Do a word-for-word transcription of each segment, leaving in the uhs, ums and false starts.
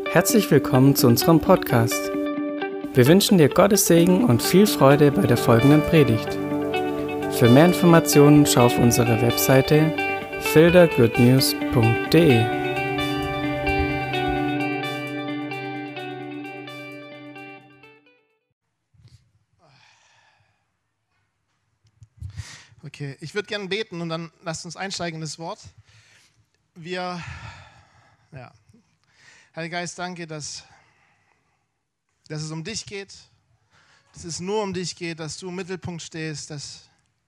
Herzlich willkommen zu unserem Podcast. Wir wünschen dir Gottes Segen und viel Freude bei der folgenden Predigt. Für mehr Informationen schau auf unsere Webseite fildergoodnews punkt de. Okay, ich würde gerne beten und dann lasst uns einsteigen in das Wort. Wir, ja, Heiliger Geist, danke, dass, dass es um dich geht, dass es nur um dich geht, dass du im Mittelpunkt stehst, dass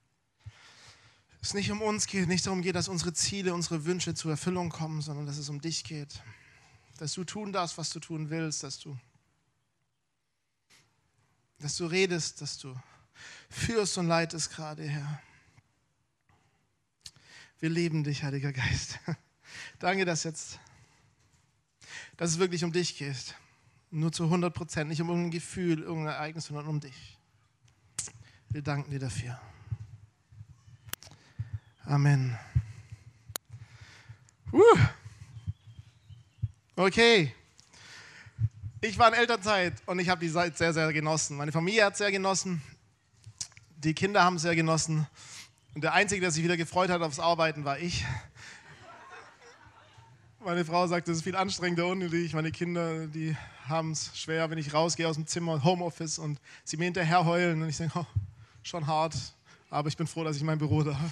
es nicht um uns geht, nicht darum geht, dass unsere Ziele, unsere Wünsche zur Erfüllung kommen, sondern dass es um dich geht, dass du tun darfst, was du tun willst, dass du, dass du redest, dass du führst und leitest gerade, Herr. Wir lieben dich, Heiliger Geist. Danke, dass jetzt, dass es wirklich um dich geht. Nur zu hundert Prozent, nicht um irgendein Gefühl, irgendein Ereignis, sondern um dich. Wir danken dir dafür. Amen. Uh. Okay. Ich war in Elternzeit und ich habe die Zeit sehr, sehr genossen. Meine Familie hat es sehr genossen. Die Kinder haben es sehr genossen. Und der Einzige, der sich wieder gefreut hat aufs Arbeiten, war ich. Meine Frau sagt, das ist viel anstrengender und unnötig. Meine Kinder, die haben es schwer, wenn ich rausgehe aus dem Zimmer, Homeoffice, und sie mir hinterher heulen. Und ich denke, oh, schon hart, aber ich bin froh, dass ich mein Büro darf.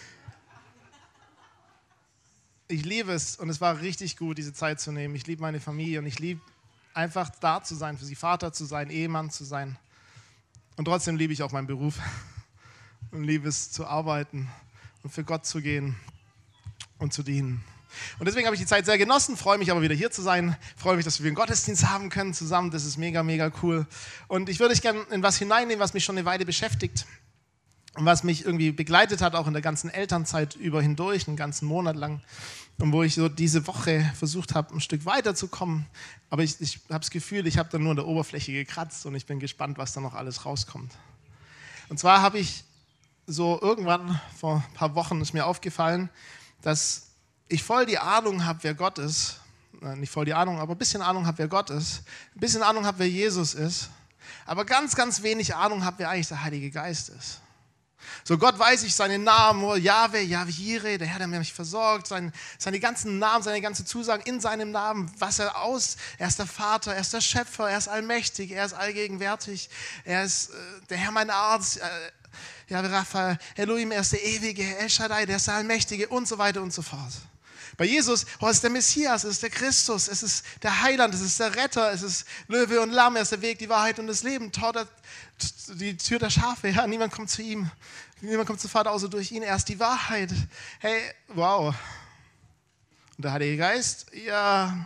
Ich liebe es und es war richtig gut, diese Zeit zu nehmen. Ich liebe meine Familie und ich liebe einfach da zu sein, für sie Vater zu sein, Ehemann zu sein. Und trotzdem liebe ich auch meinen Beruf. Und liebe es zu arbeiten und für Gott zu gehen und zu dienen. Und deswegen habe ich die Zeit sehr genossen, freue mich aber wieder hier zu sein, freue mich, dass wir einen Gottesdienst haben können zusammen, das ist mega, mega cool. Und ich würde euch gerne in was hineinnehmen, was mich schon eine Weile beschäftigt und was mich irgendwie begleitet hat, auch in der ganzen Elternzeit über hindurch, einen ganzen Monat lang. Und wo ich so diese Woche versucht habe, ein Stück weiterzukommen. Aber ich, ich habe das Gefühl, ich habe da nur an der Oberfläche gekratzt und ich bin gespannt, was da noch alles rauskommt. Und zwar habe ich so irgendwann vor ein paar Wochen ist mir aufgefallen, dass ich voll die Ahnung habe, wer Gott ist. Nicht voll die Ahnung, aber ein bisschen Ahnung habe, wer Gott ist. Ein bisschen Ahnung habe, wer Jesus ist. Aber ganz, ganz wenig Ahnung habe, wer eigentlich der Heilige Geist ist. So, Gott weiß ich seinen Namen, oh, Jahwe, Jahwe Jireh, der Herr, der mich versorgt, seine, seine ganzen Namen, seine ganze Zusagen in seinem Namen, was er aus, er ist der Vater, er ist der Schöpfer, er ist allmächtig, er ist allgegenwärtig, er ist äh, der Herr, mein Arzt, äh, Jahwe Rapha, Elohim, er ist der Ewige, El Shaddai, der ist der Allmächtige und so weiter und so fort. Bei Jesus, oh, es ist der Messias, es ist der Christus, es ist der Heiland, es ist der Retter, es ist Löwe und Lamm, er ist der Weg, die Wahrheit und das Leben, Tor der, die Tür der Schafe, ja, niemand kommt zu ihm, niemand kommt zum Vater außer durch ihn, er ist die Wahrheit. Hey, wow. Und der Heilige Geist, ja,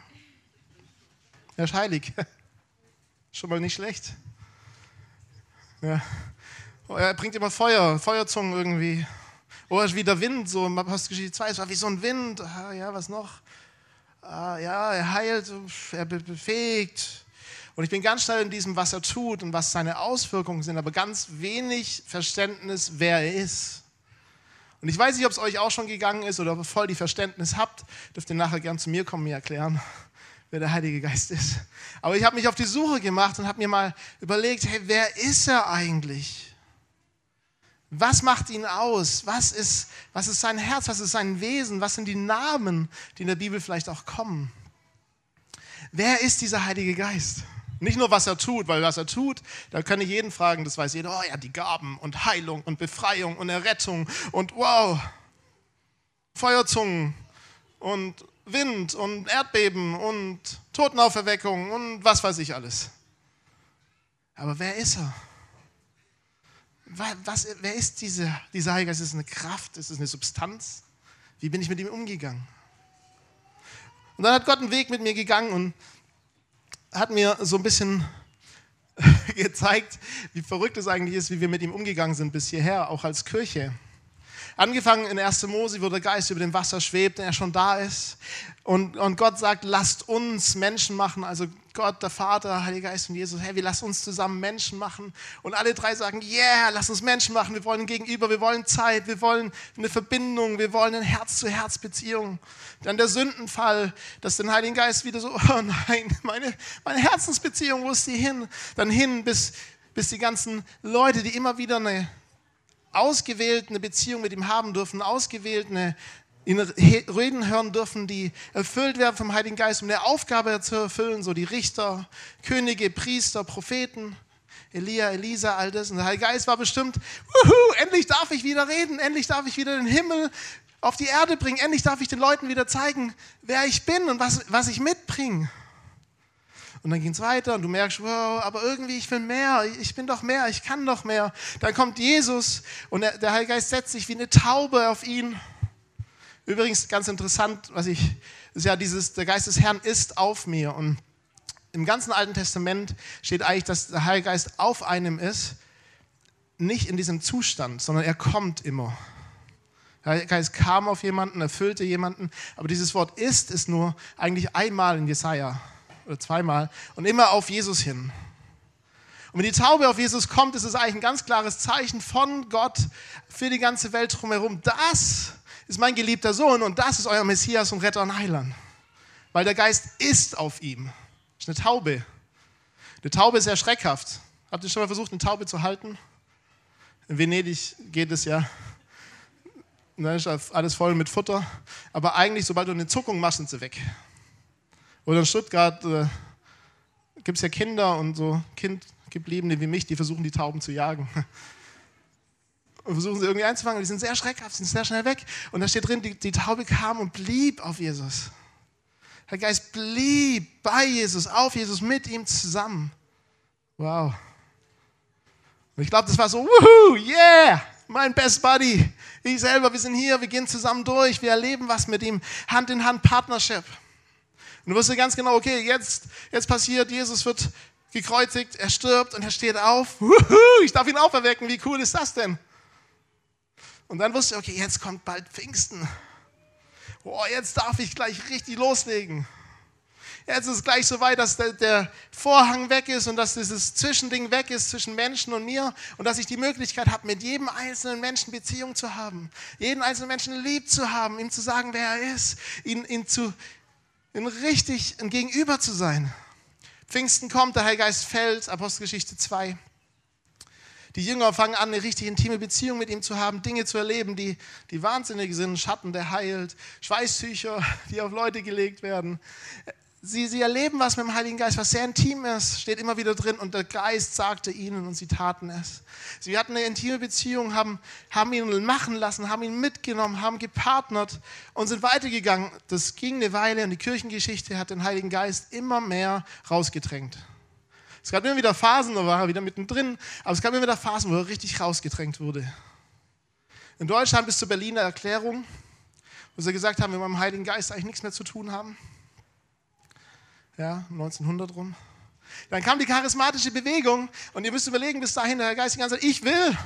er ist heilig. Schon mal nicht schlecht. Ja. Oh, er bringt immer Feuer, Feuerzungen irgendwie. Oh, er ist wie der Wind, so in Apostelgeschichte zwei, es war wie so ein Wind. Ah, ja, was noch? Ah, ja, er heilt, er befähigt. Und ich bin ganz schnell in diesem, was er tut und was seine Auswirkungen sind, aber ganz wenig Verständnis, wer er ist. Und ich weiß nicht, ob es euch auch schon gegangen ist oder ob ihr voll die Verständnis habt. Dürft ihr nachher gern zu mir kommen, mir erklären, wer der Heilige Geist ist. Aber ich habe mich auf die Suche gemacht und habe mir mal überlegt, hey, wer ist er eigentlich? Was macht ihn aus? Was ist, was ist sein Herz? Was ist sein Wesen? Was sind die Namen, die in der Bibel vielleicht auch kommen? Wer ist dieser Heilige Geist? Nicht nur, was er tut, weil was er tut, da kann ich jeden fragen, das weiß jeder, oh ja, die Gaben und Heilung und Befreiung und Errettung und wow, Feuerzungen und Wind und Erdbeben und Totenauferweckung und was weiß ich alles. Aber wer ist er? Was, wer ist diese, dieser Heilige Geist? Ist es eine Kraft? Ist es eine Substanz? Wie bin ich mit ihm umgegangen? Und dann hat Gott einen Weg mit mir gegangen und hat mir so ein bisschen gezeigt, wie verrückt es eigentlich ist, wie wir mit ihm umgegangen sind bis hierher, auch als Kirche. Angefangen in erster Mose, wo der Geist über dem Wasser schwebt, der schon da ist. Und, und Gott sagt, lasst uns Menschen machen, also Gott, der Vater, Heiliger Geist und Jesus, hey, wir lassen uns zusammen Menschen machen. Und alle drei sagen, yeah, lass uns Menschen machen. Wir wollen Gegenüber, wir wollen Zeit, wir wollen eine Verbindung, wir wollen eine Herz-zu-Herz-Beziehung. Dann der Sündenfall, dass den Heiligen Geist wieder so, oh nein, meine, meine Herzensbeziehung, wo ist die hin? Dann hin, bis, bis die ganzen Leute, die immer wieder eine ausgewählt eine Beziehung mit ihm haben dürfen, ausgewählt eine ihn reden hören dürfen, die erfüllt werden vom Heiligen Geist, um eine Aufgabe zu erfüllen, so die Richter, Könige, Priester, Propheten, Elia, Elisa, all das. Und der Heilige Geist war bestimmt, wuhu, endlich darf ich wieder reden, endlich darf ich wieder den Himmel auf die Erde bringen, endlich darf ich den Leuten wieder zeigen, wer ich bin und was, was ich mitbringe. Und dann ging es weiter und du merkst, wow, aber irgendwie, ich will mehr, ich bin doch mehr, ich kann doch mehr. Dann kommt Jesus und der, der Heilige Geist setzt sich wie eine Taube auf ihn. Übrigens ganz interessant, was ich, ist ja dieses, der Geist des Herrn ist auf mir. Und im ganzen Alten Testament steht eigentlich, dass der Heilige Geist auf einem ist, nicht in diesem Zustand, sondern er kommt immer. Der Heilige Geist kam auf jemanden, erfüllte jemanden, aber dieses Wort ist, ist nur eigentlich einmal in Jesaja oder zweimal und immer auf Jesus hin. Und wenn die Taube auf Jesus kommt, ist es eigentlich ein ganz klares Zeichen von Gott für die ganze Welt drumherum. Das ist mein geliebter Sohn und das ist euer Messias und Retter und Heiland. Weil der Geist ist auf ihm. Das ist eine Taube. Eine Taube ist sehr schreckhaft. Habt ihr schon mal versucht, eine Taube zu halten? In Venedig geht es ja. Da ist alles voll mit Futter. Aber eigentlich, sobald du eine Zuckung machst, sind sie weg. Oder in Stuttgart äh, gibt es ja Kinder und so Kindgebliebene wie mich, die versuchen, die Tauben zu jagen. Und versuchen sie irgendwie einzufangen. Die sind sehr schreckhaft, sind sehr schnell weg. Und da steht drin, die, die Taube kam und blieb auf Jesus. Der Geist blieb bei Jesus, auf Jesus, mit ihm zusammen. Wow. Und ich glaube, das war so, wuhu, yeah, mein Best Buddy. Ich selber, wir sind hier, wir gehen zusammen durch, wir erleben was mit ihm. Hand in Hand, Partnership. Und du wusstest ganz genau, okay, jetzt, jetzt passiert, Jesus wird gekreuzigt, er stirbt und er steht auf. Wuhu, ich darf ihn auferwecken, wie cool ist das denn? Und dann wusste ich, okay, jetzt kommt bald Pfingsten. Oh, jetzt darf ich gleich richtig loslegen. Jetzt ist es gleich so weit, dass der, der Vorhang weg ist und dass dieses Zwischending weg ist zwischen Menschen und mir und dass ich die Möglichkeit habe, mit jedem einzelnen Menschen Beziehung zu haben, jeden einzelnen Menschen lieb zu haben, ihm zu sagen, wer er ist, ihn, ihn zu, ihn richtig ein Gegenüber zu sein. Pfingsten kommt, der Heilige Geist fällt, Apostelgeschichte zwei. Die Jünger fangen an, eine richtig intime Beziehung mit ihm zu haben, Dinge zu erleben, die, die wahnsinnig sind. Schatten, der heilt, Schweißtücher, die auf Leute gelegt werden. Sie, sie erleben was mit dem Heiligen Geist, was sehr intim ist, steht immer wieder drin. Und der Geist sagte ihnen und sie taten es. Sie hatten eine intime Beziehung, haben, haben ihn machen lassen, haben ihn mitgenommen, haben gepartnert und sind weitergegangen. Das ging eine Weile und die Kirchengeschichte hat den Heiligen Geist immer mehr rausgedrängt. Es gab immer wieder Phasen, da war er wieder mittendrin, aber es gab immer wieder Phasen, wo er richtig rausgedrängt wurde. In Deutschland bis zur Berliner Erklärung, wo sie gesagt haben, wir mit dem Heiligen Geist eigentlich nichts mehr zu tun haben. Ja, neunzehnhundert rum. Dann kam die charismatische Bewegung und ihr müsst überlegen, bis dahin der Geist die ganze Zeit, ich will.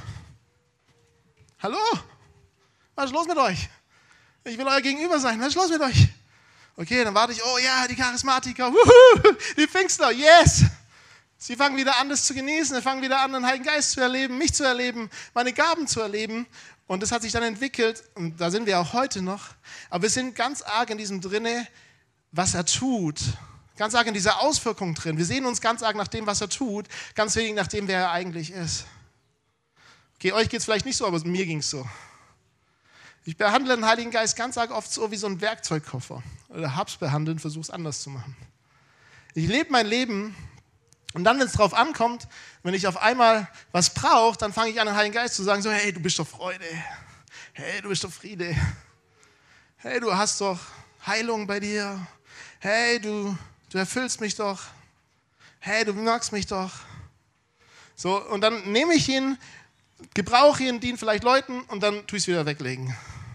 Hallo? Was ist los mit euch? Ich will euer Gegenüber sein. Was ist los mit euch? Okay, dann warte ich, oh ja, die Charismatiker, wuhu, die Pfingstler, yes. Sie fangen wieder an, das zu genießen. Sie fangen wieder an, den Heiligen Geist zu erleben, mich zu erleben, meine Gaben zu erleben. Und das hat sich dann entwickelt, und da sind wir auch heute noch. Aber wir sind ganz arg in diesem drinne, was er tut. Ganz arg in dieser Auswirkung drin. Wir sehen uns ganz arg nach dem, was er tut, ganz wenig nach dem, wer er eigentlich ist. Okay, euch geht es vielleicht nicht so, aber mir ging es so. Ich behandle den Heiligen Geist ganz arg oft so wie so ein Werkzeugkoffer. Oder hab's behandeln, versuch's anders zu machen. Ich lebe mein Leben. Und dann, wenn es drauf ankommt, wenn ich auf einmal was brauche, dann fange ich an, den Heiligen Geist zu sagen, so, hey, du bist doch Freude, hey, du bist doch Friede, hey, du hast doch Heilung bei dir, hey, du, du erfüllst mich doch, hey, du magst mich doch. So, und dann nehme ich ihn, gebrauche ihn, diene vielleicht Leuten und dann tue ich es wieder weglegen.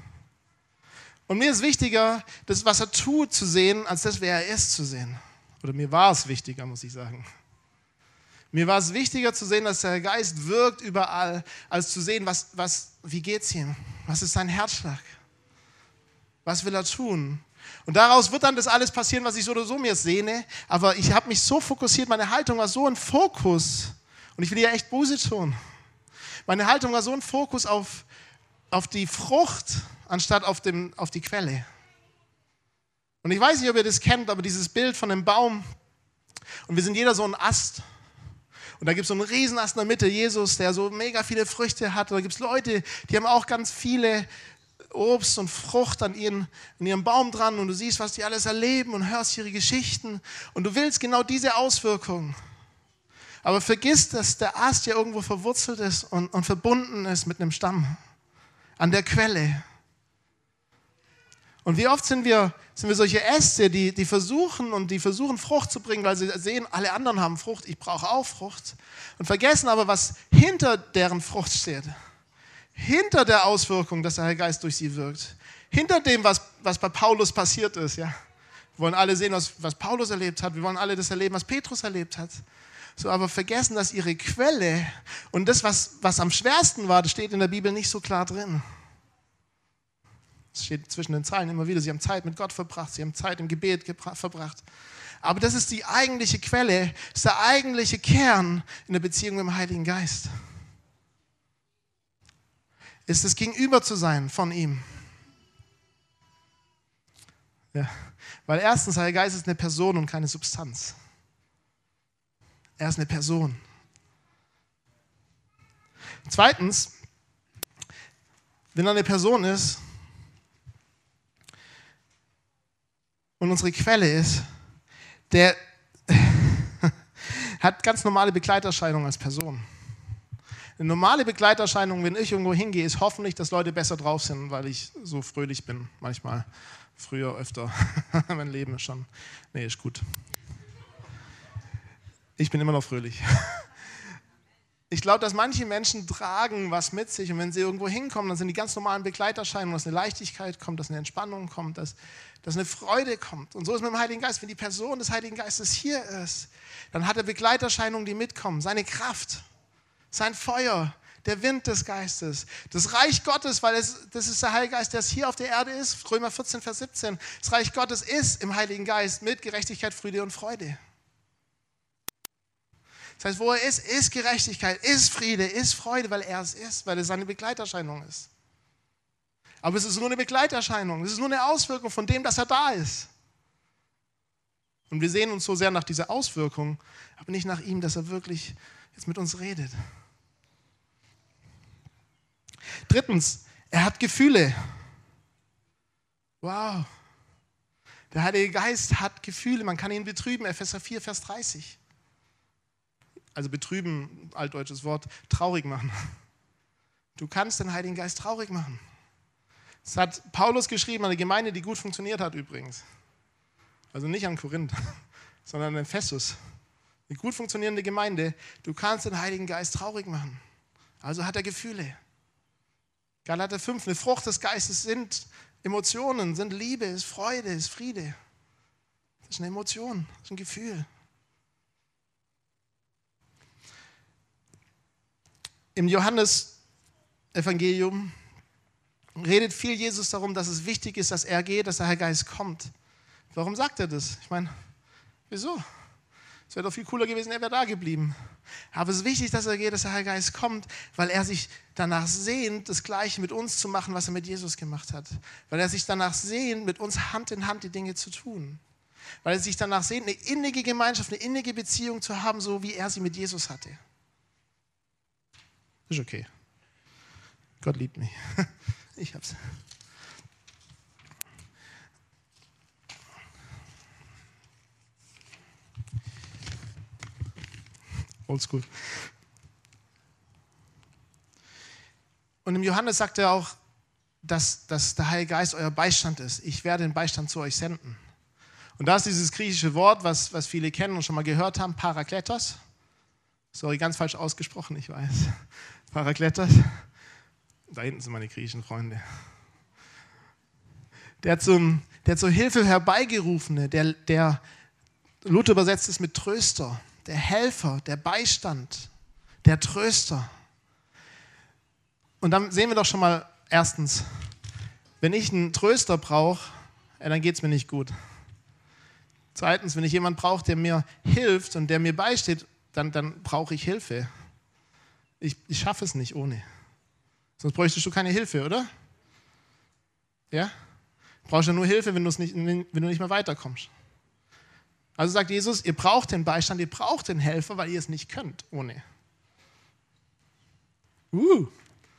Und mir ist wichtiger, das, was er tut, zu sehen, als das, wer er ist, zu sehen. Oder mir war es wichtiger, muss ich sagen. Mir war es wichtiger zu sehen, dass der Geist wirkt überall, als zu sehen, was, was, wie geht es ihm? Was ist sein Herzschlag? Was will er tun? Und daraus wird dann das alles passieren, was ich so oder so mir sehne. Aber ich habe mich so fokussiert, meine Haltung war so ein Fokus. Und ich will hier echt Buße tun. Meine Haltung war so ein Fokus auf, auf die Frucht, anstatt auf, dem, auf die Quelle. Und ich weiß nicht, ob ihr das kennt, aber dieses Bild von einem Baum. Und wir sind jeder so ein Ast. Und da gibt es so einen Riesenast in der Mitte, Jesus, der so mega viele Früchte hat. Und da gibt es Leute, die haben auch ganz viele Obst und Frucht an ihren, an ihrem Baum dran. Und du siehst, was die alles erleben und hörst ihre Geschichten. Und du willst genau diese Auswirkungen. Aber vergiss, dass der Ast ja irgendwo verwurzelt ist und, und verbunden ist mit einem Stamm. An der Quelle. Und wie oft sind wir, sind wir solche Äste, die, die versuchen und die versuchen Frucht zu bringen, weil sie sehen, alle anderen haben Frucht, ich brauche auch Frucht. Und vergessen aber, was hinter deren Frucht steht. Hinter der Auswirkung, dass der Heilige Geist durch sie wirkt. Hinter dem, was, was bei Paulus passiert ist. Ja. Wir wollen alle sehen, was, was Paulus erlebt hat. Wir wollen alle das erleben, was Petrus erlebt hat. So, aber vergessen, dass ihre Quelle und das, was, was am schwersten war, das steht in der Bibel nicht so klar drin. Es steht zwischen den Zeilen immer wieder, sie haben Zeit mit Gott verbracht, sie haben Zeit im Gebet gebra- verbracht. Aber das ist die eigentliche Quelle, das ist der eigentliche Kern in der Beziehung mit dem Heiligen Geist. Ist das Gegenüber zu sein von ihm. Ja. Weil erstens, der Heilige Geist ist eine Person und keine Substanz. Er ist eine Person. Zweitens, wenn er eine Person ist, und unsere Quelle ist, der hat ganz normale Begleiterscheinungen als Person. Eine normale Begleiterscheinung, wenn ich irgendwo hingehe, ist hoffentlich, dass Leute besser drauf sind, weil ich so fröhlich bin. Manchmal, früher, öfter. Mein Leben ist schon, nee, ist gut. Ich bin immer noch fröhlich. Ich glaube, dass manche Menschen tragen was mit sich und wenn sie irgendwo hinkommen, dann sind die ganz normalen Begleiterscheinungen, dass eine Leichtigkeit kommt, dass eine Entspannung kommt, dass, dass eine Freude kommt. Und so ist es mit dem Heiligen Geist. Wenn die Person des Heiligen Geistes hier ist, dann hat er Begleiterscheinungen, die mitkommen. Seine Kraft, sein Feuer, der Wind des Geistes, das Reich Gottes, weil es, das ist der Heilige Geist, der hier auf der Erde ist. Römer vierzehn, Vers siebzehn. Das Reich Gottes ist im Heiligen Geist mit Gerechtigkeit, Friede und Freude. Das heißt, wo er ist, ist Gerechtigkeit, ist Friede, ist Freude, weil er es ist, weil es seine Begleiterscheinung ist. Aber es ist nur eine Begleiterscheinung, es ist nur eine Auswirkung von dem, dass er da ist. Und wir sehen uns so sehr nach dieser Auswirkung, aber nicht nach ihm, dass er wirklich jetzt mit uns redet. Drittens, er hat Gefühle. Wow. Der Heilige Geist hat Gefühle, man kann ihn betrüben, Epheser vier, Vers dreißig. Also betrüben, altdeutsches Wort, traurig machen. Du kannst den Heiligen Geist traurig machen. Das hat Paulus geschrieben an eine Gemeinde, die gut funktioniert hat übrigens. Also nicht an Korinth, sondern an Ephesus. Eine gut funktionierende Gemeinde. Du kannst den Heiligen Geist traurig machen. Also hat er Gefühle. Galater fünf, eine Frucht des Geistes sind Emotionen, sind Liebe, ist Freude, ist Friede. Das ist eine Emotion, das ist ein Gefühl. Im Johannes-Evangelium redet viel Jesus darum, dass es wichtig ist, dass er geht, dass der Heilige Geist kommt. Warum sagt er das? Ich meine, wieso? Es wäre doch viel cooler gewesen, er wäre da geblieben. Aber es ist wichtig, dass er geht, dass der Heilige Geist kommt, weil er sich danach sehnt, das Gleiche mit uns zu machen, was er mit Jesus gemacht hat. Weil er sich danach sehnt, mit uns Hand in Hand die Dinge zu tun. Weil er sich danach sehnt, eine innige Gemeinschaft, eine innige Beziehung zu haben, so wie er sie mit Jesus hatte. Ist okay. Gott liebt mich. Ich hab's. Oldschool. Und im Johannes sagt er auch, dass, dass der Heilige Geist euer Beistand ist. Ich werde den Beistand zu euch senden. Und da ist dieses griechische Wort, was, was viele kennen und schon mal gehört haben, Parakletos. Sorry, ganz falsch ausgesprochen, ich weiß. Parakletos. Da hinten sind meine griechischen Freunde. Der zum, der zur Hilfe herbeigerufene, der, der Luther übersetzt ist mit Tröster, der Helfer, der Beistand, der Tröster. Und dann sehen wir doch schon mal erstens, wenn ich einen Tröster brauche, ja, dann geht es mir nicht gut. Zweitens, wenn ich jemanden brauche, der mir hilft und der mir beisteht, dann, dann brauche ich Hilfe. Ich, ich schaffe es nicht ohne. Sonst bräuchtest du keine Hilfe, oder? Ja? Du brauchst ja nur Hilfe, wenn, nicht, wenn du nicht mehr weiterkommst. Also sagt Jesus, ihr braucht den Beistand, ihr braucht den Helfer, weil ihr es nicht könnt ohne. Uh.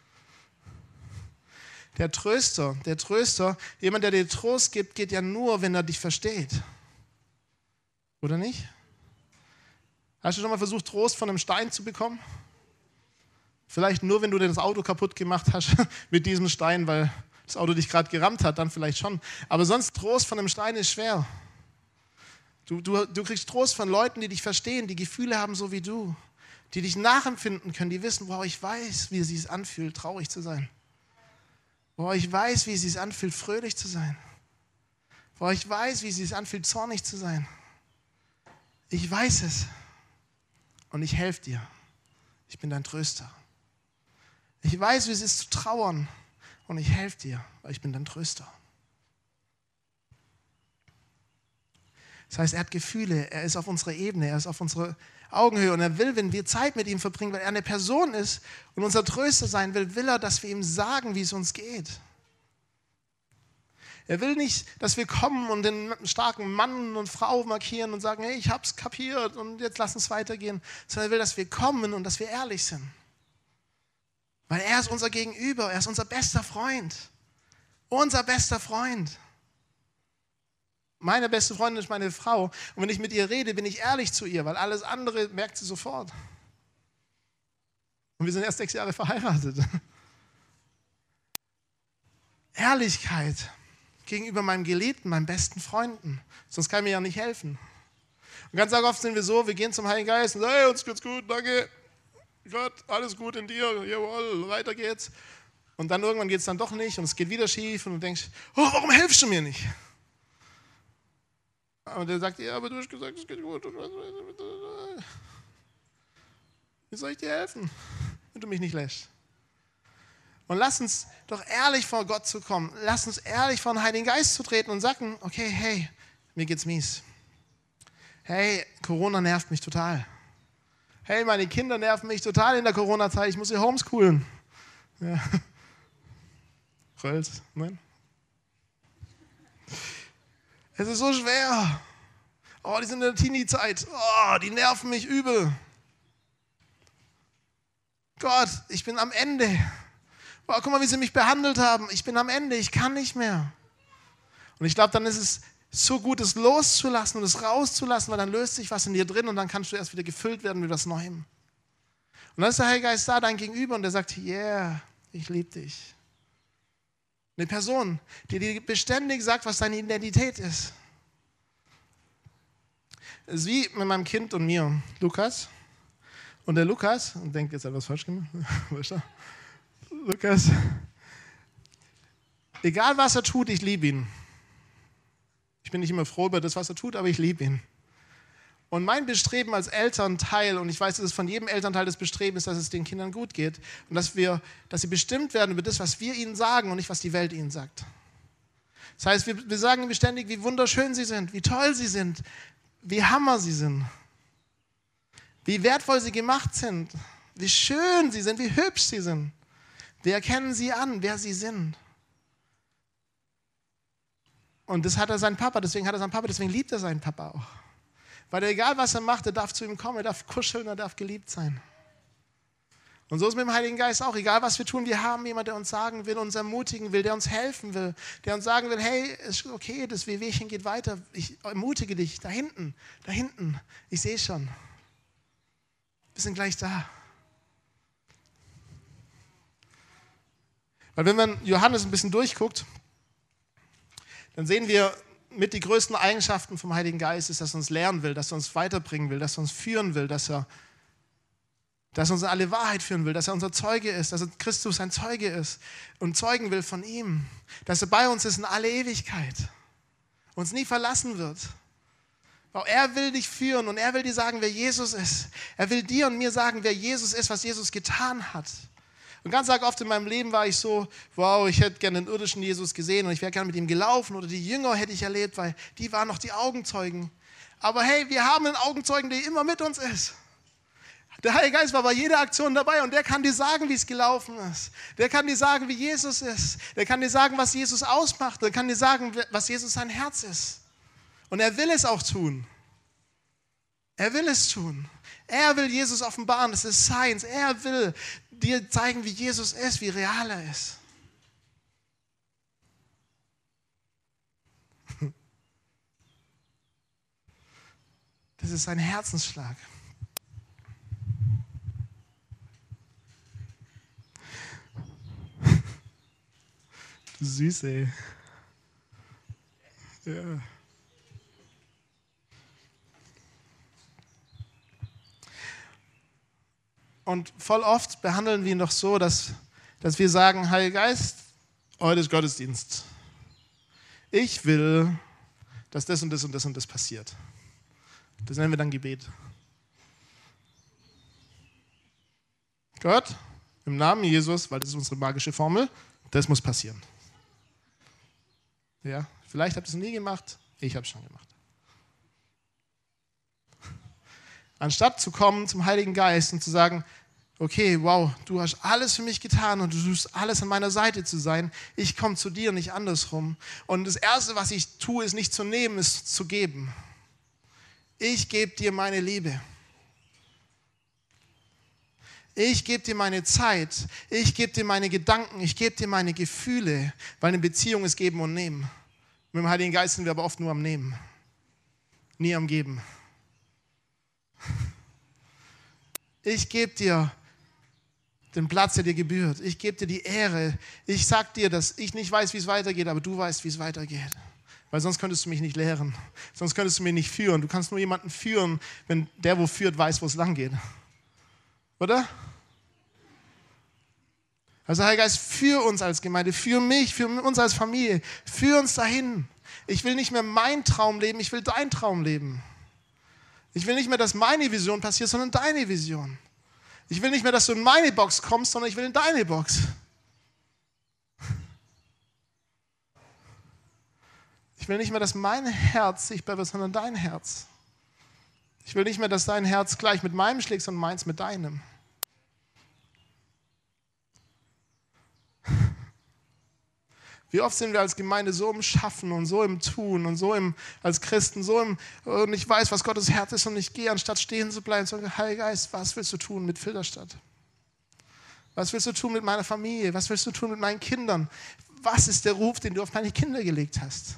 Der Tröster, der Tröster, jemand, der dir Trost gibt, geht ja nur, wenn er dich versteht. Oder nicht? Hast du schon mal versucht, Trost von einem Stein zu bekommen? Vielleicht nur, wenn du das Auto kaputt gemacht hast mit diesem Stein, weil das Auto dich gerade gerammt hat, dann vielleicht schon. Aber sonst Trost von einem Stein ist schwer. Du, du, du kriegst Trost von Leuten, die dich verstehen, die Gefühle haben, so wie du, die dich nachempfinden können, die wissen, wow, ich weiß, wie es sich anfühlt, traurig zu sein. Wow, ich weiß, wie es sich anfühlt, fröhlich zu sein. Wow, ich weiß, wie es sich anfühlt, zornig zu sein. Ich weiß es und ich helfe dir. Ich bin dein Tröster. Ich weiß, wie es ist zu trauern und ich helfe dir, weil ich bin dein Tröster. Das heißt, er hat Gefühle, er ist auf unserer Ebene, er ist auf unserer Augenhöhe und er will, wenn wir Zeit mit ihm verbringen, weil er eine Person ist und unser Tröster sein will, will er, dass wir ihm sagen, wie es uns geht. Er will nicht, dass wir kommen und den starken Mann und Frau markieren und sagen, hey, ich hab's kapiert und jetzt lass uns weitergehen. Sondern er will, dass wir kommen und dass wir ehrlich sind. Weil er ist unser Gegenüber, er ist unser bester Freund. Unser bester Freund. Meine beste Freundin ist meine Frau. Und wenn ich mit ihr rede, bin ich ehrlich zu ihr, weil alles andere merkt sie sofort. Und wir sind erst sechs Jahre verheiratet. Ehrlichkeit gegenüber meinem Geliebten, meinen besten Freunden. Sonst kann mir ja nicht helfen. Und ganz oft sind wir so, wir gehen zum Heiligen Geist und sagen, hey, uns geht's gut, danke. Gott, alles gut in dir, jawohl, weiter geht's. Und dann irgendwann geht es dann doch nicht und es geht wieder schief und du denkst, oh, warum hilfst du mir nicht? Und der sagt, ja, aber du hast gesagt, es geht gut. Wie soll ich dir helfen, wenn du mich nicht lässt? Und lass uns doch ehrlich vor Gott zu kommen. Lass uns ehrlich vor den Heiligen Geist zu treten und sagen, okay, hey, mir geht's mies. Hey, Corona nervt mich total. Hey, meine Kinder nerven mich total in der Corona-Zeit. Ich muss sie homeschoolen. Ja. Rölz, nein? Es ist so schwer. Oh, die sind in der Teenie-Zeit. Oh, die nerven mich übel. Gott, ich bin am Ende. Oh, guck mal, wie sie mich behandelt haben. Ich bin am Ende, ich kann nicht mehr. Und ich glaube, dann ist es so gut, es loszulassen und es rauszulassen, weil dann löst sich was in dir drin und dann kannst du erst wieder gefüllt werden mit was Neuem. Und dann ist der Heilige Geist da, dein Gegenüber, und der sagt, yeah, ich liebe dich. Eine Person, die dir beständig sagt, was deine Identität ist. Es ist wie mit meinem Kind und mir, Lukas. Und der Lukas, und denkt jetzt etwas falsch gemacht, Lukas, egal was er tut, ich liebe ihn. Ich bin nicht immer froh über das, was er tut, aber ich liebe ihn. Und mein Bestreben als Elternteil, und ich weiß, dass es von jedem Elternteil das Bestreben ist, dass es den Kindern gut geht und dass, wir, dass sie bestimmt werden über das, was wir ihnen sagen und nicht, was die Welt ihnen sagt. Das heißt, wir, wir sagen beständig, wie wunderschön sie sind, wie toll sie sind, wie hammer sie sind, wie wertvoll sie gemacht sind, wie schön sie sind, wie hübsch sie sind. Wir erkennen sie an, wer sie sind. Und das hat er seinen Papa, deswegen hat er seinen Papa, deswegen liebt er seinen Papa auch. Weil er, egal was er macht, er darf zu ihm kommen, er darf kuscheln, er darf geliebt sein. Und so ist es mit dem Heiligen Geist auch. Egal was wir tun, wir haben jemanden, der uns sagen will, uns ermutigen will, der uns helfen will, der uns sagen will, hey, ist okay, das Wehwehchen geht weiter, ich ermutige dich, da hinten, da hinten, ich sehe schon. Wir sind gleich da. Weil wenn man Johannes ein bisschen durchguckt, dann sehen wir, mit die größten Eigenschaften vom Heiligen Geist ist, dass er uns lernen will, dass er uns weiterbringen will, dass er uns führen will, dass er, dass er uns in alle Wahrheit führen will, dass er unser Zeuge ist, dass er Christus ein Zeuge ist und zeugen will von ihm, dass er bei uns ist in alle Ewigkeit, uns nie verlassen wird. Auch er will dich führen und er will dir sagen, wer Jesus ist. Er will dir und mir sagen, wer Jesus ist, was Jesus getan hat. Und ganz arg oft in meinem Leben war ich so, wow, ich hätte gerne den irdischen Jesus gesehen und ich wäre gerne mit ihm gelaufen oder die Jünger hätte ich erlebt, weil die waren noch die Augenzeugen. Aber hey, wir haben einen Augenzeugen, der immer mit uns ist. Der Heilige Geist war bei jeder Aktion dabei und der kann dir sagen, wie es gelaufen ist. Der kann dir sagen, wie Jesus ist. Der kann dir sagen, was Jesus ausmacht. Der kann dir sagen, was Jesus sein Herz ist. Und er will es auch tun. Er will es tun. Er will Jesus offenbaren, das ist Science. Er will dir zeigen, wie Jesus ist, wie real er ist. Das ist sein Herzensschlag. Du süß, ey. Ja. Und voll oft behandeln wir ihn doch so, dass, dass wir sagen, Heiliger Geist, heute ist Gottesdienst. Ich will, dass das und das und das und das passiert. Das nennen wir dann Gebet. Gott, im Namen Jesus, weil das ist unsere magische Formel, das muss passieren. Ja, vielleicht habt ihr es nie gemacht, ich habe es schon gemacht. Anstatt zu kommen zum Heiligen Geist und zu sagen, okay, wow, du hast alles für mich getan und du tust alles an meiner Seite zu sein, ich komme zu dir, nicht andersrum. Und das Erste, was ich tue, ist nicht zu nehmen, ist zu geben. Ich gebe dir meine Liebe. Ich gebe dir meine Zeit. Ich gebe dir meine Gedanken. Ich gebe dir meine Gefühle, weil eine Beziehung ist Geben und Nehmen. Mit dem Heiligen Geist sind wir aber oft nur am Nehmen, nie am Geben. Ich gebe dir den Platz, der dir gebührt. Ich gebe dir die Ehre. Ich sage dir, dass ich nicht weiß, wie es weitergeht, aber du weißt, wie es weitergeht. Weil sonst könntest du mich nicht lehren. Sonst könntest du mich nicht führen. Du kannst nur jemanden führen, wenn der, wo führt, weiß, wo es lang geht. Oder? Also Heiliger Geist, führ uns als Gemeinde, führ mich, führ uns als Familie, führ uns dahin. Ich will nicht mehr meinen Traum leben, ich will deinen Traum leben. Ich will nicht mehr, dass meine Vision passiert, sondern deine Vision. Ich will nicht mehr, dass du in meine Box kommst, sondern ich will in deine Box. Ich will nicht mehr, dass mein Herz sichtbar wird, sondern dein Herz. Ich will nicht mehr, dass dein Herz gleich mit meinem schlägt, sondern meins mit deinem. Wie oft sind wir als Gemeinde so im Schaffen und so im Tun und so im, als Christen so im, und ich weiß, was Gottes Herz ist und ich gehe, anstatt stehen zu bleiben, und sage, Heiliger Geist, was willst du tun mit Filderstadt? Was willst du tun mit meiner Familie? Was willst du tun mit meinen Kindern? Was ist der Ruf, den du auf meine Kinder gelegt hast?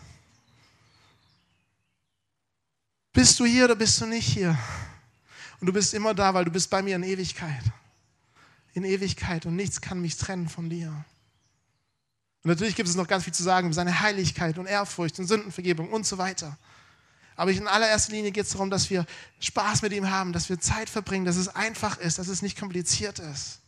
Bist du hier oder bist du nicht hier? Und du bist immer da, weil du bist bei mir in Ewigkeit. In Ewigkeit und nichts kann mich trennen von dir. Und natürlich gibt es noch ganz viel zu sagen über seine Heiligkeit und Ehrfurcht und Sündenvergebung und so weiter. Aber in allererster Linie geht es darum, dass wir Spaß mit ihm haben, dass wir Zeit verbringen, dass es einfach ist, dass es nicht kompliziert ist.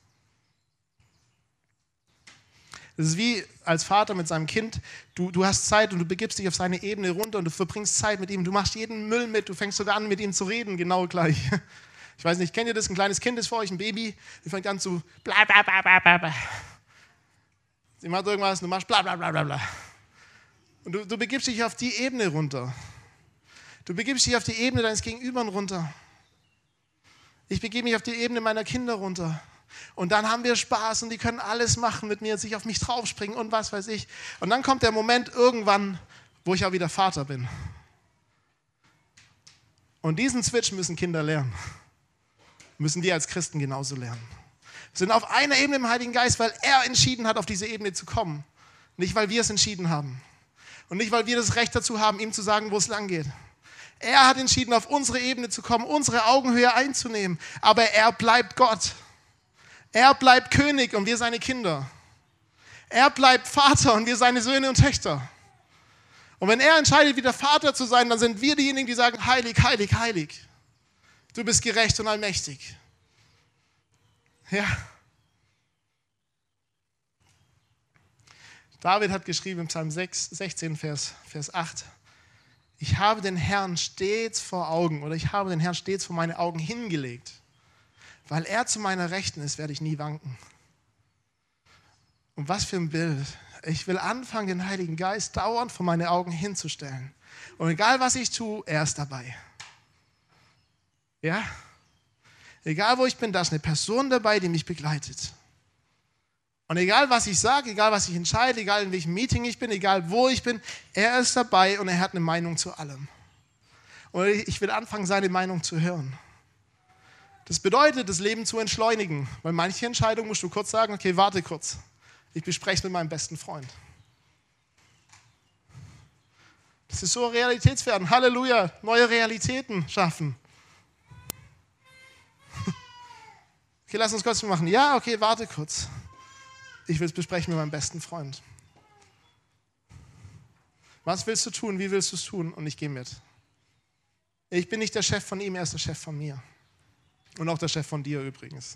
Das ist wie als Vater mit seinem Kind, du, du hast Zeit und du begibst dich auf seine Ebene runter und du verbringst Zeit mit ihm, du machst jeden Müll mit, du fängst sogar an, mit ihm zu reden, genau gleich. Ich weiß nicht, kennt ihr das? Ein kleines Kind ist vor euch, ein Baby, die fängt an zu bla bla bla bla bla bla. Sie macht irgendwas, du machst bla bla bla bla bla. Und du, du begibst dich auf die Ebene runter. Du begibst dich auf die Ebene deines Gegenübers runter. Ich begebe mich auf die Ebene meiner Kinder runter. Und dann haben wir Spaß und die können alles machen mit mir, sich auf mich draufspringen und was weiß ich. Und dann kommt der Moment irgendwann, wo ich auch wieder Vater bin. Und diesen Switch müssen Kinder lernen. Müssen die als Christen genauso lernen. Wir sind auf einer Ebene im Heiligen Geist, weil er entschieden hat, auf diese Ebene zu kommen. Nicht, weil wir es entschieden haben. Und nicht, weil wir das Recht dazu haben, ihm zu sagen, wo es lang geht. Er hat entschieden, auf unsere Ebene zu kommen, unsere Augenhöhe einzunehmen. Aber er bleibt Gott. Er bleibt König und wir seine Kinder. Er bleibt Vater und wir seine Söhne und Töchter. Und wenn er entscheidet, wieder Vater zu sein, dann sind wir diejenigen, die sagen, heilig, heilig, heilig. Du bist gerecht und allmächtig. Ja. David hat geschrieben im Psalm sechzehn, Vers, Vers acht, ich habe den Herrn stets vor Augen oder ich habe den Herrn stets vor meine Augen hingelegt. Weil er zu meiner Rechten ist, werde ich nie wanken. Und was für ein Bild. Ich will anfangen, den Heiligen Geist dauernd vor meine Augen hinzustellen. Und egal, was ich tue, er ist dabei. Ja? Egal, wo ich bin, da ist eine Person dabei, die mich begleitet. Und egal, was ich sage, egal, was ich entscheide, egal, in welchem Meeting ich bin, egal, wo ich bin, er ist dabei und er hat eine Meinung zu allem. Und ich will anfangen, seine Meinung zu hören. Das bedeutet, das Leben zu entschleunigen. Weil manche Entscheidungen musst du kurz sagen, okay, warte kurz. Ich bespreche es mit meinem besten Freund. Das ist so realitätsfern. Halleluja, neue Realitäten schaffen. Okay, lass uns kurz machen. Ja, okay, warte kurz. Ich will es besprechen mit meinem besten Freund. Was willst du tun? Wie willst du es tun? Und ich gehe mit. Ich bin nicht der Chef von ihm, er ist der Chef von mir. Und auch der Chef von dir übrigens.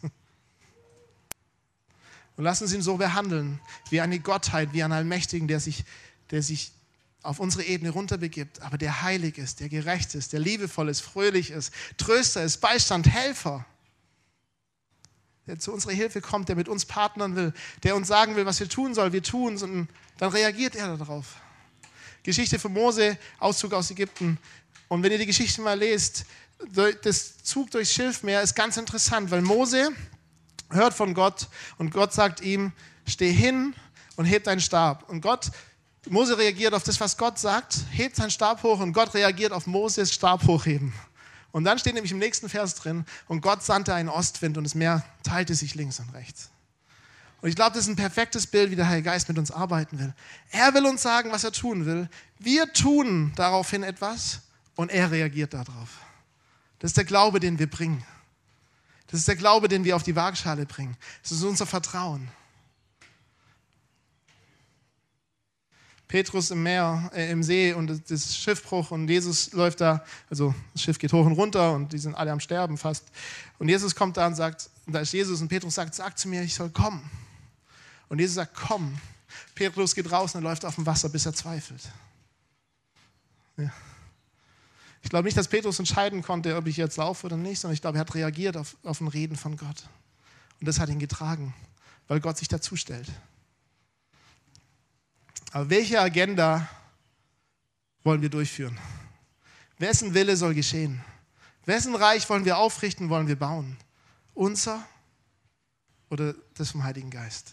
Und lass uns ihn so behandeln, wie eine Gottheit, wie einen Allmächtigen, der sich, der sich auf unsere Ebene runterbegibt, aber der heilig ist, der gerecht ist, der liebevoll ist, fröhlich ist, Tröster ist, Beistand, Helfer. Der zu unserer Hilfe kommt, der mit uns partnern will, der uns sagen will, was wir tun sollen. Wir tun es und dann reagiert er darauf. Geschichte von Mose, Auszug aus Ägypten. Und wenn ihr die Geschichte mal lest, das Zug durchs Schilfmeer ist ganz interessant, weil Mose hört von Gott und Gott sagt ihm, steh hin und heb deinen Stab. Und Gott, Mose reagiert auf das, was Gott sagt, hebt seinen Stab hoch und Gott reagiert auf Moses Stab hochheben. Und dann steht nämlich im nächsten Vers drin, und Gott sandte einen Ostwind und das Meer teilte sich links und rechts. Und ich glaube, das ist ein perfektes Bild, wie der Heilige Geist mit uns arbeiten will. Er will uns sagen, was er tun will. Wir tun daraufhin etwas und er reagiert darauf. Das ist der Glaube, den wir bringen. Das ist der Glaube, den wir auf die Waagschale bringen. Das ist unser Vertrauen. Petrus im Meer, äh, im See und das, das Schiffbruch und Jesus läuft da, also das Schiff geht hoch und runter und die sind alle am Sterben fast. Und Jesus kommt da und sagt, und da ist Jesus und Petrus sagt, sag zu mir, ich soll kommen. Und Jesus sagt, komm. Petrus geht raus und läuft auf dem Wasser, bis er zweifelt. Ja. Ich glaube nicht, dass Petrus entscheiden konnte, ob ich jetzt laufe oder nicht, sondern ich glaube, er hat reagiert auf, auf ein Reden von Gott. Und das hat ihn getragen, weil Gott sich dazu stellt. Aber welche Agenda wollen wir durchführen? Wessen Wille soll geschehen? Wessen Reich wollen wir aufrichten, wollen wir bauen? Unser oder das vom Heiligen Geist?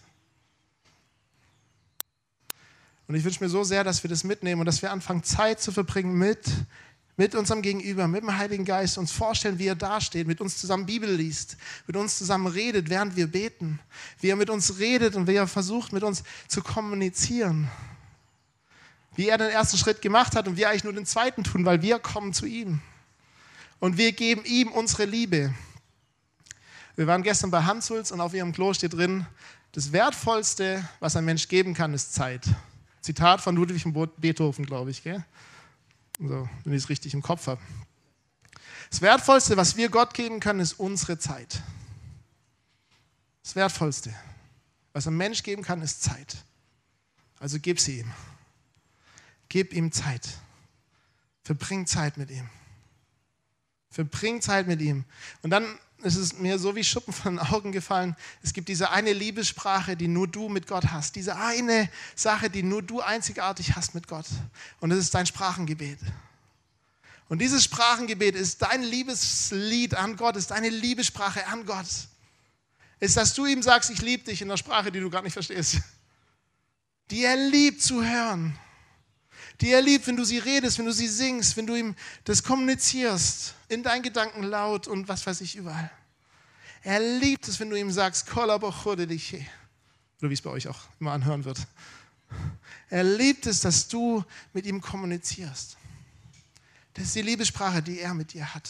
Und ich wünsche mir so sehr, dass wir das mitnehmen und dass wir anfangen, Zeit zu verbringen mit, mit unserem Gegenüber, mit dem Heiligen Geist, uns vorstellen, wie er dasteht, mit uns zusammen Bibel liest, mit uns zusammen redet, während wir beten, wie er mit uns redet und wie er versucht, mit uns zu kommunizieren. Wie er den ersten Schritt gemacht hat und wir eigentlich nur den zweiten tun, weil wir kommen zu ihm. Und wir geben ihm unsere Liebe. Wir waren gestern bei Hans-Sulz und auf ihrem Klo steht drin, das Wertvollste, was ein Mensch geben kann, ist Zeit. Zitat von Ludwig von Beethoven, glaube ich, gell? So, wenn ich es richtig im Kopf habe. Das Wertvollste, was wir Gott geben können, ist unsere Zeit. Das Wertvollste, was ein Mensch geben kann, ist Zeit. Also gib sie ihm. Gib ihm Zeit. Verbring Zeit mit ihm. Verbring Zeit mit ihm. Und dann ist es mir so wie Schuppen von den Augen gefallen. Es gibt diese eine Liebessprache, die nur du mit Gott hast. Diese eine Sache, die nur du einzigartig hast mit Gott. Und das ist dein Sprachengebet. Und dieses Sprachengebet ist dein Liebeslied an Gott, ist deine Liebessprache an Gott. Ist, dass du ihm sagst, ich liebe dich in der Sprache, die du gar nicht verstehst. Die er liebt zu hören. Die er liebt, wenn du sie redest, wenn du sie singst, wenn du ihm das kommunizierst, in deinen Gedanken laut und was weiß ich überall. Er liebt es, wenn du ihm sagst, oder wie es bei euch auch immer anhören wird. Er liebt es, dass du mit ihm kommunizierst. Das ist die Liebessprache, die er mit dir hat.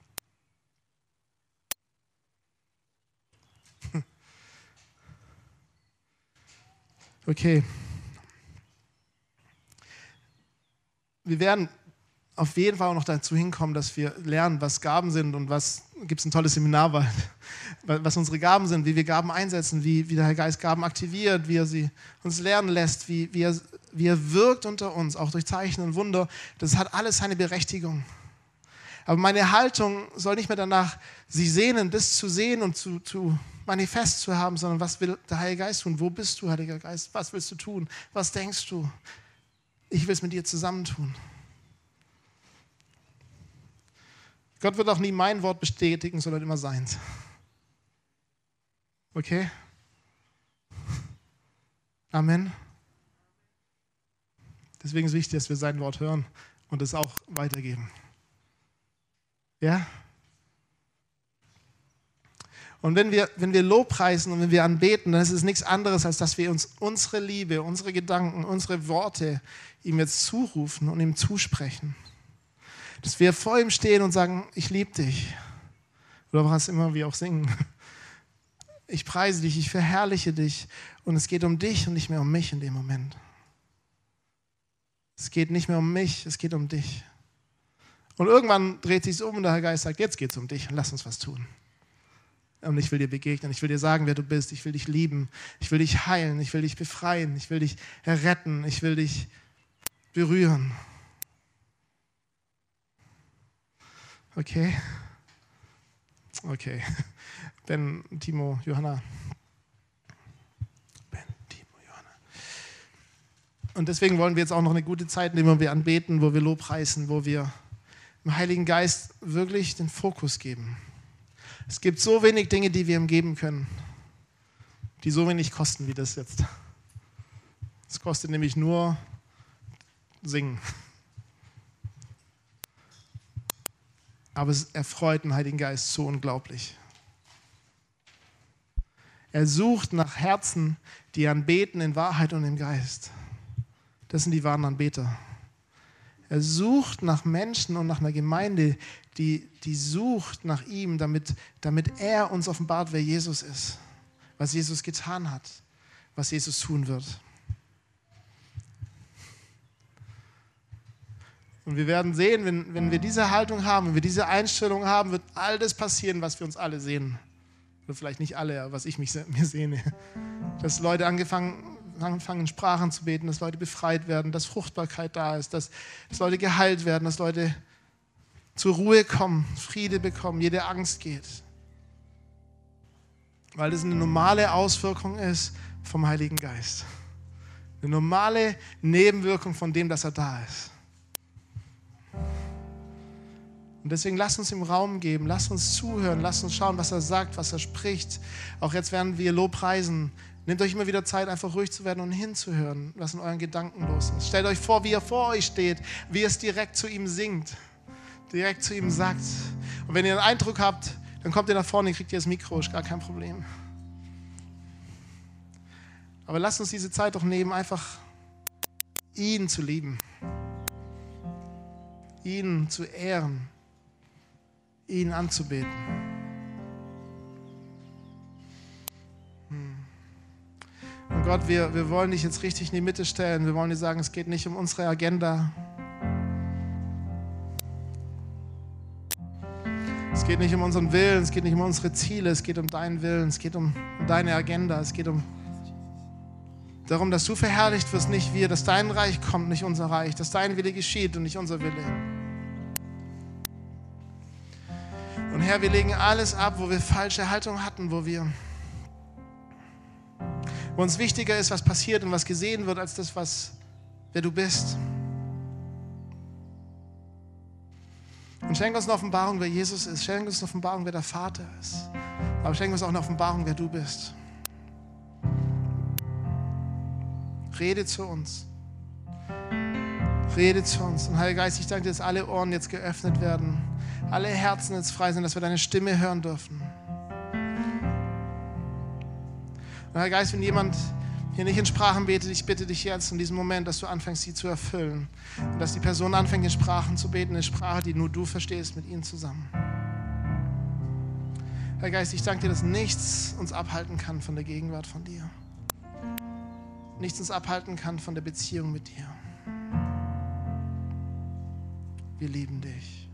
Okay. Wir werden auf jeden Fall auch noch dazu hinkommen, dass wir lernen, was Gaben sind und was, gibt es ein tolles Seminar, was unsere Gaben sind, wie wir Gaben einsetzen, wie, wie der Heilige Geist Gaben aktiviert, wie er sie uns lernen lässt, wie, wie, er, wie er wirkt unter uns, auch durch Zeichen und Wunder. Das hat alles seine Berechtigung. Aber meine Haltung soll nicht mehr danach sich sehnen, das zu sehen und zu, zu manifest zu haben, sondern was will der Heilige Geist tun? Wo bist du, Heiliger Geist? Was willst du tun? Was denkst du? Ich will es mit dir zusammentun. Gott wird auch nie mein Wort bestätigen, sondern immer seins. Okay? Amen. Deswegen ist es wichtig, dass wir sein Wort hören und es auch weitergeben. Ja? Und wenn wir, wenn wir Lobpreisen und wenn wir anbeten, dann ist es nichts anderes, als dass wir uns unsere Liebe, unsere Gedanken, unsere Worte ihm jetzt zurufen und ihm zusprechen. Dass wir vor ihm stehen und sagen, ich liebe dich. Oder was immer wir auch singen. Ich preise dich, ich verherrliche dich. Und es geht um dich und nicht mehr um mich in dem Moment. Es geht nicht mehr um mich, es geht um dich. Und irgendwann dreht sich es um und der Heilige Geist sagt, jetzt geht es um dich und lass uns was tun. Und ich will dir begegnen, ich will dir sagen, wer du bist. Ich will dich lieben, ich will dich heilen, ich will dich befreien, ich will dich erretten, ich will dich berühren. Okay? Okay. Ben, Timo, Johanna. Ben, Timo, Johanna. Und deswegen wollen wir jetzt auch noch eine gute Zeit nehmen, wo wir anbeten, wo wir Lobpreisen, wo wir dem Heiligen Geist wirklich den Fokus geben. Es gibt so wenig Dinge, die wir ihm geben können, die so wenig kosten wie das jetzt. Es kostet nämlich nur Singen. Aber es erfreut den Heiligen Geist so unglaublich. Er sucht nach Herzen, die anbeten in Wahrheit und im Geist. Das sind die wahren Anbeter. Er sucht nach Menschen und nach einer Gemeinde, die, die sucht nach ihm, damit, damit er uns offenbart, wer Jesus ist, was Jesus getan hat, was Jesus tun wird. Und wir werden sehen, wenn, wenn wir diese Haltung haben, wenn wir diese Einstellung haben, wird all das passieren, was wir uns alle sehen. Oder vielleicht nicht alle, aber was ich mich, mir sehne. Dass Leute angefangen, anfangen, Sprachen zu beten, dass Leute befreit werden, dass Fruchtbarkeit da ist, dass, dass Leute geheilt werden, dass Leute zur Ruhe kommen, Friede bekommen, jede Angst geht. Weil das eine normale Auswirkung ist vom Heiligen Geist. Eine normale Nebenwirkung von dem, dass er da ist. Und deswegen lasst uns ihm Raum geben, lasst uns zuhören, lasst uns schauen, was er sagt, was er spricht. Auch jetzt werden wir Lobpreisen. Nehmt euch immer wieder Zeit, einfach ruhig zu werden und hinzuhören, was in euren Gedanken los ist. Stellt euch vor, wie er vor euch steht, wie er es direkt zu ihm singt, direkt zu ihm sagt. Und wenn ihr einen Eindruck habt, dann kommt ihr nach vorne, kriegt ihr das Mikro, ist gar kein Problem. Aber lasst uns diese Zeit doch nehmen, einfach ihn zu lieben, ihn zu ehren, ihn anzubeten. Hm. Und Gott, wir, wir wollen dich jetzt richtig in die Mitte stellen. Wir wollen dir sagen, es geht nicht um unsere Agenda. Es geht nicht um unseren Willen, es geht nicht um unsere Ziele, es geht um deinen Willen, es geht um, um deine Agenda, es geht um darum, dass du verherrlicht wirst, nicht wir, dass dein Reich kommt, nicht unser Reich, dass dein Wille geschieht und nicht unser Wille. Und Herr, wir legen alles ab, wo wir falsche Haltung hatten, wo wir, wo uns wichtiger ist, was passiert und was gesehen wird, als das, was, wer du bist. Und schenk uns eine Offenbarung, wer Jesus ist. Schenk uns eine Offenbarung, wer der Vater ist. Aber schenk uns auch eine Offenbarung, wer du bist. Rede zu uns. Rede zu uns. Und Heiliger Geist, ich danke dir, dass alle Ohren jetzt geöffnet werden. Alle Herzen jetzt frei sind, dass wir deine Stimme hören dürfen. Und Heiliger Geist, wenn jemand hier nicht in Sprachen betet, ich bitte dich jetzt in diesem Moment, dass du anfängst, sie zu erfüllen. Und dass die Person anfängt, in Sprachen zu beten, eine Sprache, die nur du verstehst, mit ihnen zusammen. Heiliger Geist, ich danke dir, dass nichts uns abhalten kann von der Gegenwart von dir. Nichts uns abhalten kann von der Beziehung mit dir. Wir lieben dich.